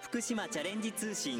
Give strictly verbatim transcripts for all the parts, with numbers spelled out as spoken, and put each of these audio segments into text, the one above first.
福島チャレンジ通信。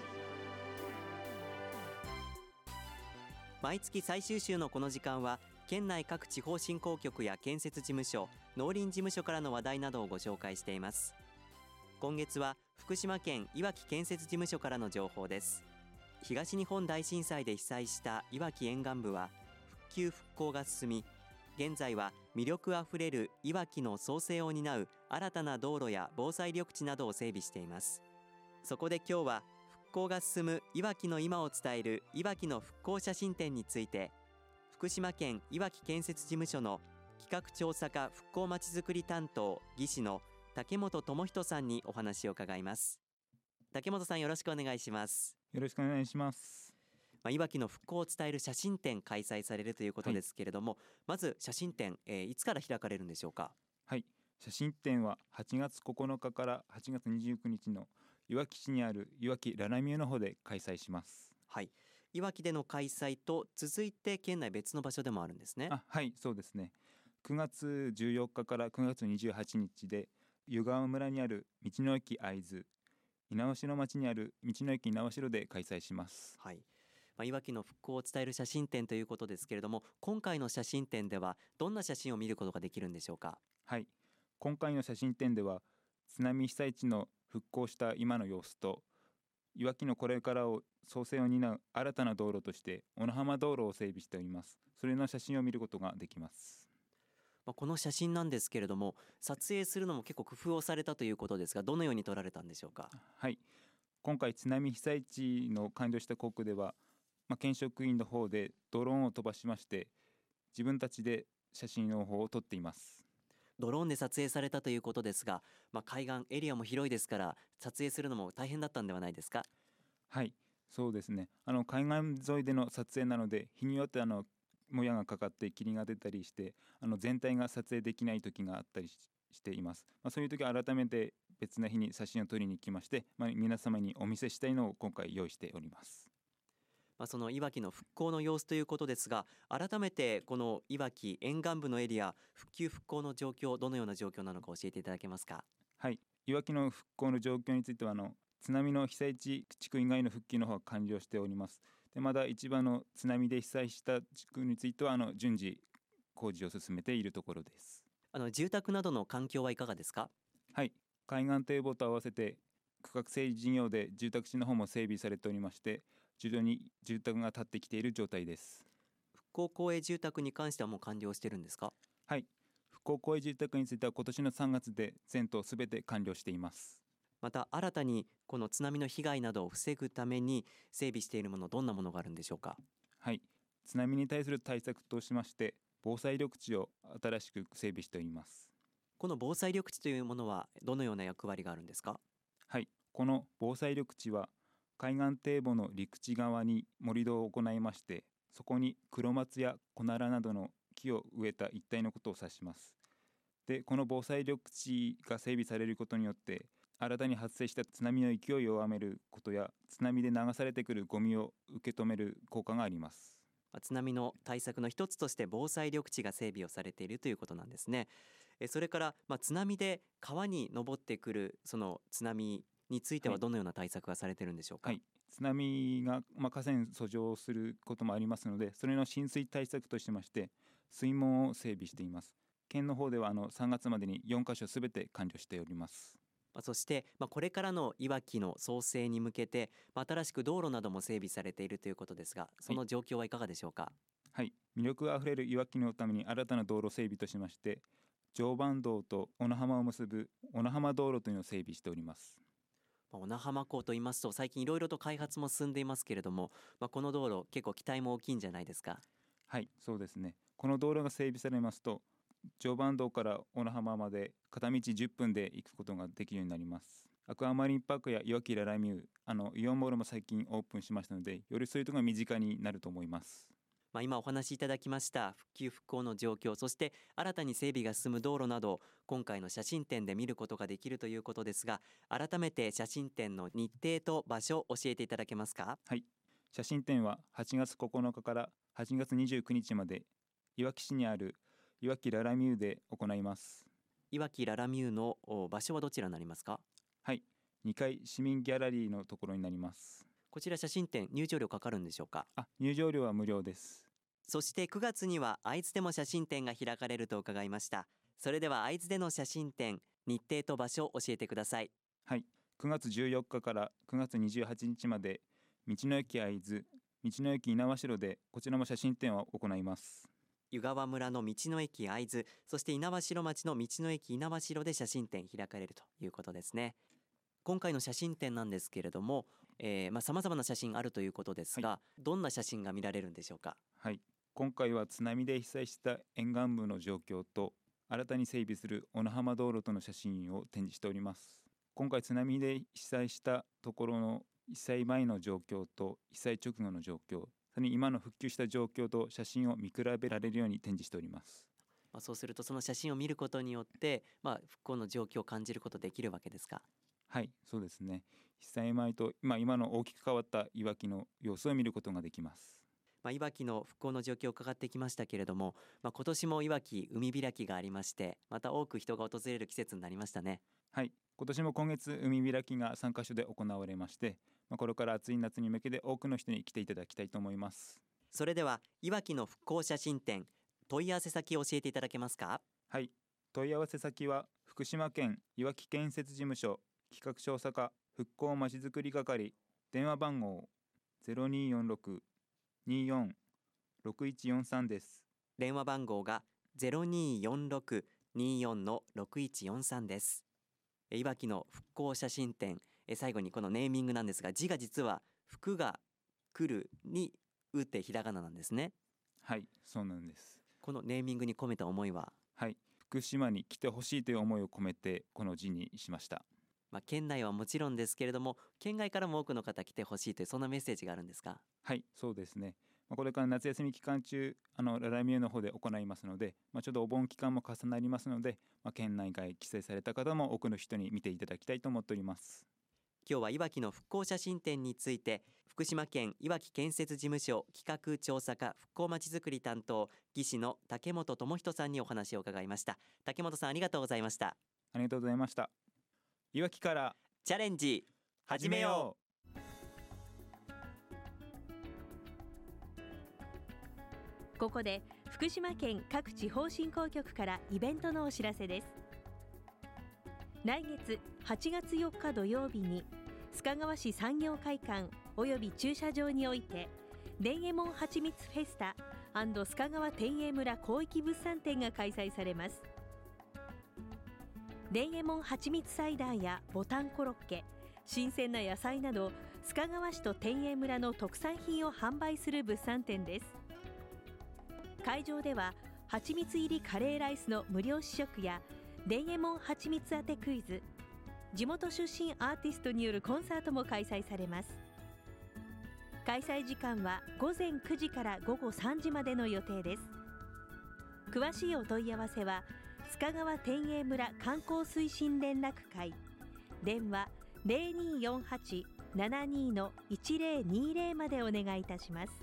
毎月最終週のこの時間は、県内各地方振興局や建設事務所、農林事務所からの話題などをご紹介しています。今月は福島県いわき建設事務所からの情報です。東日本大震災で被災したいわき沿岸部は復旧復興が進み、現在は魅力あふれるいわきの創生を担う新たな道路や防災緑地などを整備しています。そこで今日は復興が進むいわきの今を伝えるいわきの復興写真展について、福島県いわき建設事務所の企画調査課復興まちづくり担当技師の竹本智人さんにお話を伺います。竹本さん、よろしくお願いします。 よろしくお願いします。 まあ、いわきの復興を伝える写真展開催されるということですけれども、はい、まず写真展、えー、いつから開かれるんでしょうか。 はい、写真展ははちがつここのかからはちがつにじゅうくにちのいわき市にあるいわきララミューの方で開催します。 はい、いわきでの開催と続いて県内別の場所でもあるんですね。 あ、はい、そうですね。くがつじゅうよっかからくがつにじゅうはちにちで湯川村にある道の駅会津、猪苗代町にある道の駅猪苗代で開催します。 はい、まあ、いわきの復興を伝える写真展ということですけれども、今回の写真展ではどんな写真を見ることができるんでしょうか。 はい、今回の写真展では津波被災地の復興した今の様子と、いわきのこれからを創生を担う新たな道路として小野浜道路を整備しております。それの写真を見ることができます。 まあ、この写真なんですけれども、撮影するのも結構工夫をされたということですが、どのように撮られたんでしょうか。 はい、今回津波被災地の完了した航空では、まあ、県職員の方でドローンを飛ばしまして、自分たちで写真の方を撮っています。 ドローンで撮影されたということですが、まあ、海岸エリアも広いですから撮影するのも大変だったんではないですか。 はい、そうですね。あの海岸沿いでの撮影なので、日によってあのもやがかかって霧が出たりして、あの全体が撮影できない時があったりしています。まあ、そういう時は改めて別な日に写真を撮りに来まして、まあ、皆様にお見せしたいのを今回用意しております。 まあ、そのいわきの復興の様子ということですが、改めてこのいわき沿岸部のエリア復旧復興の状況、どのような状況なのか教えていただけますか。 はい、いわきの復興の状況については、あの津波の被災地地区以外の復旧の方は完了しております。でまだ一番の津波で被災した地区についてはあの順次工事を進めているところです。 あの住宅などの環境はいかがですか。 はい、海岸堤防と合わせて区画整理事業で住宅地の方も整備されておりまして、徐々に住宅が建ってきている状態です。 復興公営住宅に関してはもう完了してるんですか。 はい、復興公営住宅については今年のさんがつで全棟すべて完了しています。 また新たにこの津波の被害などを防ぐために整備しているもの、どんなものがあるんでしょうか。 はい、津波に対する対策としまして防災緑地を新しく整備しております。 この防災緑地というものはどのような役割があるんですか。 はい、この防災緑地は海岸堤防の陸地側に盛り土を行いまして、そこに黒松やコナラなどの木を植えた一帯のことを指します。でこの防災緑地が整備されることによって、新たに発生した津波の勢いを弱めることや、津波で流されてくるゴミを受け止める効果があります。 津波の対策の一つとして防災緑地が整備をされているということなんですね。えそれから、まあ、津波で川に上ってくるその津波についてはどのような対策がされているんでしょうか。 はい、津波が、まあ、河川遡上することもありますので、それの浸水対策としまして水門を整備しています。県の方ではあのさんがつまでによんかしょすべて完了しております。 まあ、そして、まあ、これからのいわきの創生に向けて、まあ、新しく道路なども整備されているということですが、その状況はいかがでしょうか。 はい、魅力あふれるいわきのために新たな道路整備としまして、常磐道と小野浜を結ぶ小野浜道路というのを整備しております。 まあ、小名浜港といいますと最近いろいろと開発も進んでいますけれども、まあ、この道路結構期待も大きいんじゃないですか。 はい、そうですね。この道路が整備されますと、常磐道から小野浜まで片道じゅっぷんで行くことができるようになります。アクアマリンパークやいわきララミュー、あのイオンモールも最近オープンしましたので、よりそういうところが身近になると思います。 まあ、今お話しいただきました復旧復興の状況、そして新たに整備が進む道路など、今回の写真展で見ることができるということですが、改めて写真展の日程と場所を教えていただけますか。 はい、写真展ははちがつここのかからはちがつにじゅうくにちまでいわき市にあるいわきララミューで行います。 いわきララミューの場所はどちらになりますか。 はい、 にかい市民ギャラリーのところになります。 こちら写真展入場料かかるんでしょうか？ あ、入場料は無料です。 そしてくがつには会津でも写真展が開かれると伺いました。それでは会津での写真展、日程と場所を教えてください。 はい、くがつじゅうよっかからくがつにじゅうはちにちまで道の駅会津、道の駅猪苗代でこちらも写真展を行います。 湯川村の道の駅会津、そして猪苗代町の道の駅猪苗代で写真展開かれるということですね。今回の写真展なんですけれども、えー、まあ様々な写真あるということですが、はい、どんな写真が見られるんでしょうか？ はい、今回は津波で被災した沿岸部の状況と新たに整備する小野浜道路との写真を展示しております。今回津波で被災したところの被災前の状況と被災直後の状況、さらに今の復旧した状況と写真を見比べられるように展示しております。 まあ、そうするとその写真を見ることによって、まあ、復興の状況を感じることできるわけですか？ はい、そうですね。被災前と、まあ、今の大きく変わったいわきの様子を見ることができます。 まあ、いわきの復興の状況を伺ってきましたけれども、まあ、今年もいわき海開きがありまして、また多く人が訪れる季節になりましたね。 はい、今年も今月海開きがさんかしょで行われまして、まあ、これから暑い夏に向けて多くの人に来ていただきたいと思います。 それではいわきの復興写真展、問い合わせ先を教えていただけますか？ はい、問い合わせ先は福島県いわき建設事務所企画調査課復興まちづくり係、電話番号 ゼロにーよんろく にーよん ろくいちよんさん です。 電話番号が ゼロにーよんろく にーよん ろくいちよんさん です。いわきの復興写真展、え最後にこのネーミングなんですが、字が実は福が来るにうってひらがななんですね。 はい、そうなんです。 このネーミングに込めた思いは？ はい、福島に来てほしいという思いを込めてこの字にしました。 まあ、県内はもちろんですけれども、県外からも多くの方来てほしいというそんなメッセージがあるんですか？ はい、そうですね。まあ、これから夏休み期間中あのララミューの方で行いますので、まあ、ちょうどお盆期間も重なりますので、まあ、県内外帰省された方も多くの人に見ていただきたいと思っております。 今日はいわきの復興写真展について、福島県いわき建設事務所企画調査課復興まちづくり担当技師の竹本智人さんにお話を伺いました。竹本さん、ありがとうございました。 ありがとうございました。いわきからチャレンジ始めよう。 ここで福島県各地方振興局からイベントのお知らせです。来月はちがつよっか土曜日に須賀川市産業会館および駐車場において田右衛門はちみつフェスタ&須賀川天栄村広域物産展が開催されます。田右衛門はちみつサイダーやボタンコロッケ、新鮮な野菜など須賀川市と天栄村の特産品を販売する物産展です。会場でははちみつ入りカレーライスの無料試食や田右衛門はちみつ当てクイズ、地元出身アーティストによるコンサートも開催されます。開催時間はごぜんくじからごごさんじまでの予定です。詳しいお問い合わせは須賀川天栄村観光推進連絡会、電話 ゼロにーよんはち ななにー いちゼロにゼロ までお願いいたします。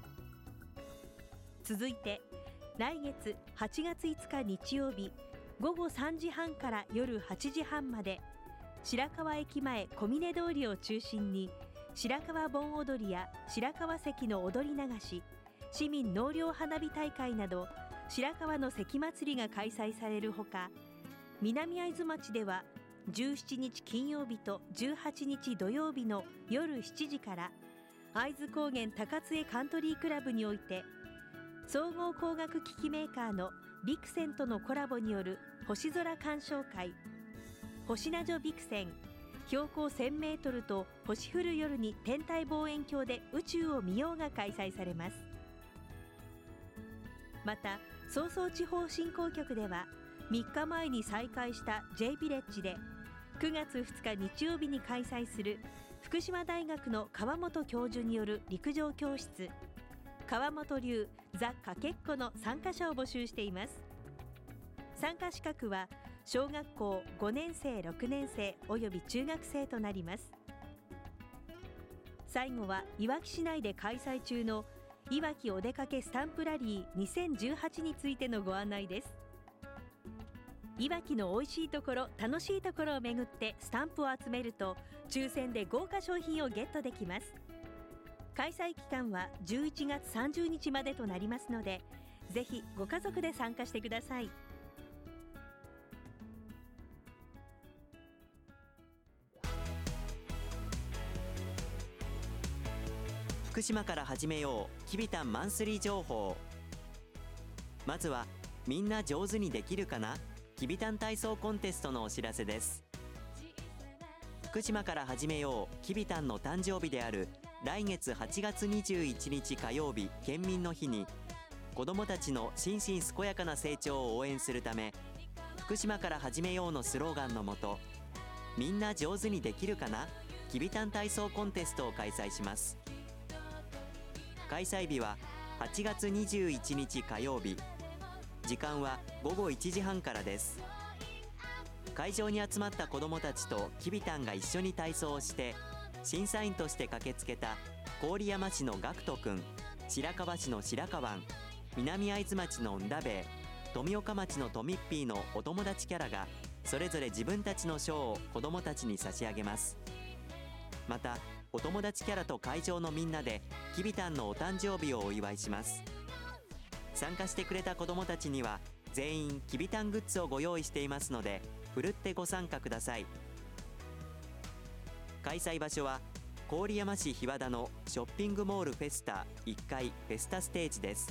続いて来月はちがついつか日曜日ごごさんじはんから夜はちじはんまで、白河駅前小峰通りを中心に白河盆踊りや白河関の踊り流し、市民納涼花火大会など白河の関祭りが開催されるほか、南会津町ではじゅうしちにち金曜日とじゅうはちにち土曜日の夜しちじから会津高原高津カントリークラブにおいて総合工学機器メーカーのビクセンとのコラボによる星空鑑賞会、星名女ビクセン標高せんメートルと星降る夜に天体望遠鏡で宇宙を見ようが開催されます。また早々地方振興局ではみっかまえに再開した J ヴィレッジでくがつふつか日曜日に開催する福島大学の川本教授による陸上教室川本流ザ・かけっこの参加者を募集しています。参加資格は小学校ごねんせいろくねんせいおよび中学生となります。最後はいわき市内で開催中のいわきお出かけスタンプラリーにせんじゅうはちについてのご案内です。 いわきの美味しいところ、楽しいところを巡ってスタンプを集めると抽選で豪華商品をゲットできます。開催期間はじゅういちがつさんじゅうにちまでとなりますので、ぜひご家族で参加してください。 福島から始めようきびたんマンスリー情報。まずはみんな上手にできるかなきびたん体操コンテストのお知らせです。福島から始めようきびたんの誕生日である来月はちがつにじゅういちにち火曜日県民の日に、子どもたちの心身健やかな成長を応援するため、福島から始めようのスローガンのもと、みんな上手にできるかなきびたん体操コンテストを開催します。開催日ははちがつにじゅういちにち火曜日、時間はごごいちじはんからです。会場に集まった子どもたちときびたんが一緒に体操をして、審査員として駆けつけた郡山市のガクトくん、白河市の白河ん、南会津町のんだべえ、富岡町のとみっぴーのお友達キャラがそれぞれ自分たちの賞を子どもたちに差し上げます。またお友達キャラと会場のみんなできびたんのお誕生日をお祝いします。参加してくれた子どもたちには全員きびたんグッズをご用意していますので、ふるってご参加ください。開催場所は郡山市日和田のショッピングモールフェスタいっかいフェスタステージです。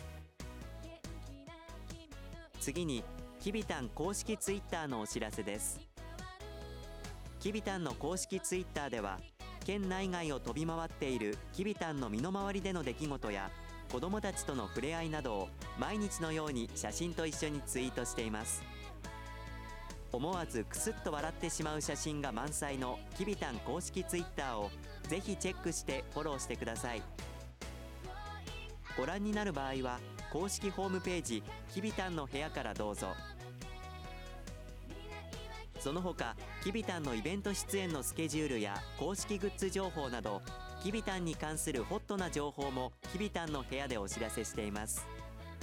次にきびたん公式ツイッターのお知らせです。きびたんの公式ツイッターでは、県内外を飛び回っているきびたんの身の回りでの出来事や子どもたちとの触れ合いなどを毎日のように写真と一緒にツイートしています。思わずクスッと笑ってしまう写真が満載のきびたん公式ツイッターをぜひチェックしてフォローしてください。ご覧になる場合は公式ホームページきびたんの部屋からどうぞ。その他きびたんのイベント出演のスケジュールや公式グッズ情報など、きびたんに関するホットな情報もきびたんの部屋でお知らせしています。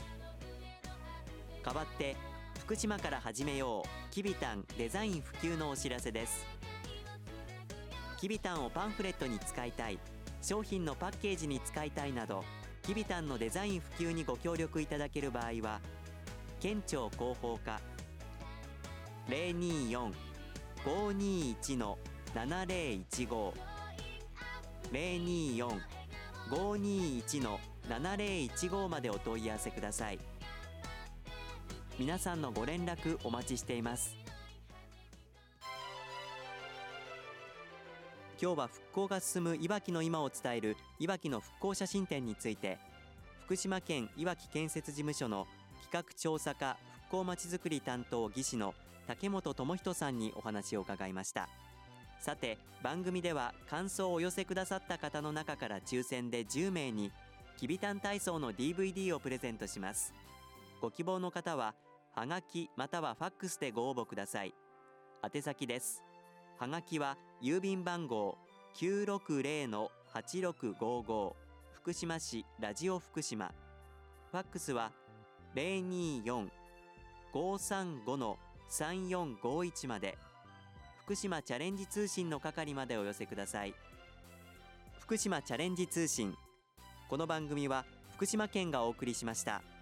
代わって福島から始めようきびたんデザイン普及のお知らせです。きびたんをパンフレットに使いたい、商品のパッケージに使いたいなど、きびたんのデザイン普及にご協力いただける場合は、県庁広報課 ゼロにーよん ごーにーいち ななゼロいちご ゼロにーよん ごーにーいち ななゼロいちご までお問い合わせください。皆さんのご連絡お待ちしています。今日は復興が進むいわきの今を伝えるいわきの復興写真展について、福島県いわき建設事務所の企画調査課復興まちづくり担当技師の竹本智人さんにお話を伺いました。さて番組では感想をお寄せくださった方の中から抽選でじゅうめいにきびたん体操の ディーブイディー をプレゼントします。ご希望の方ははがきまたはファックスでご応募ください。宛先です。はがきは郵便番号 きゅうろくゼロ はちろくごご 福島市ラジオ福島、ファックスは ゼロにーよん ごーさんご さんよんごいち まで、福島チャレンジ通信の係までお寄せください。福島チャレンジ通信、この番組は福島県がお送りしました。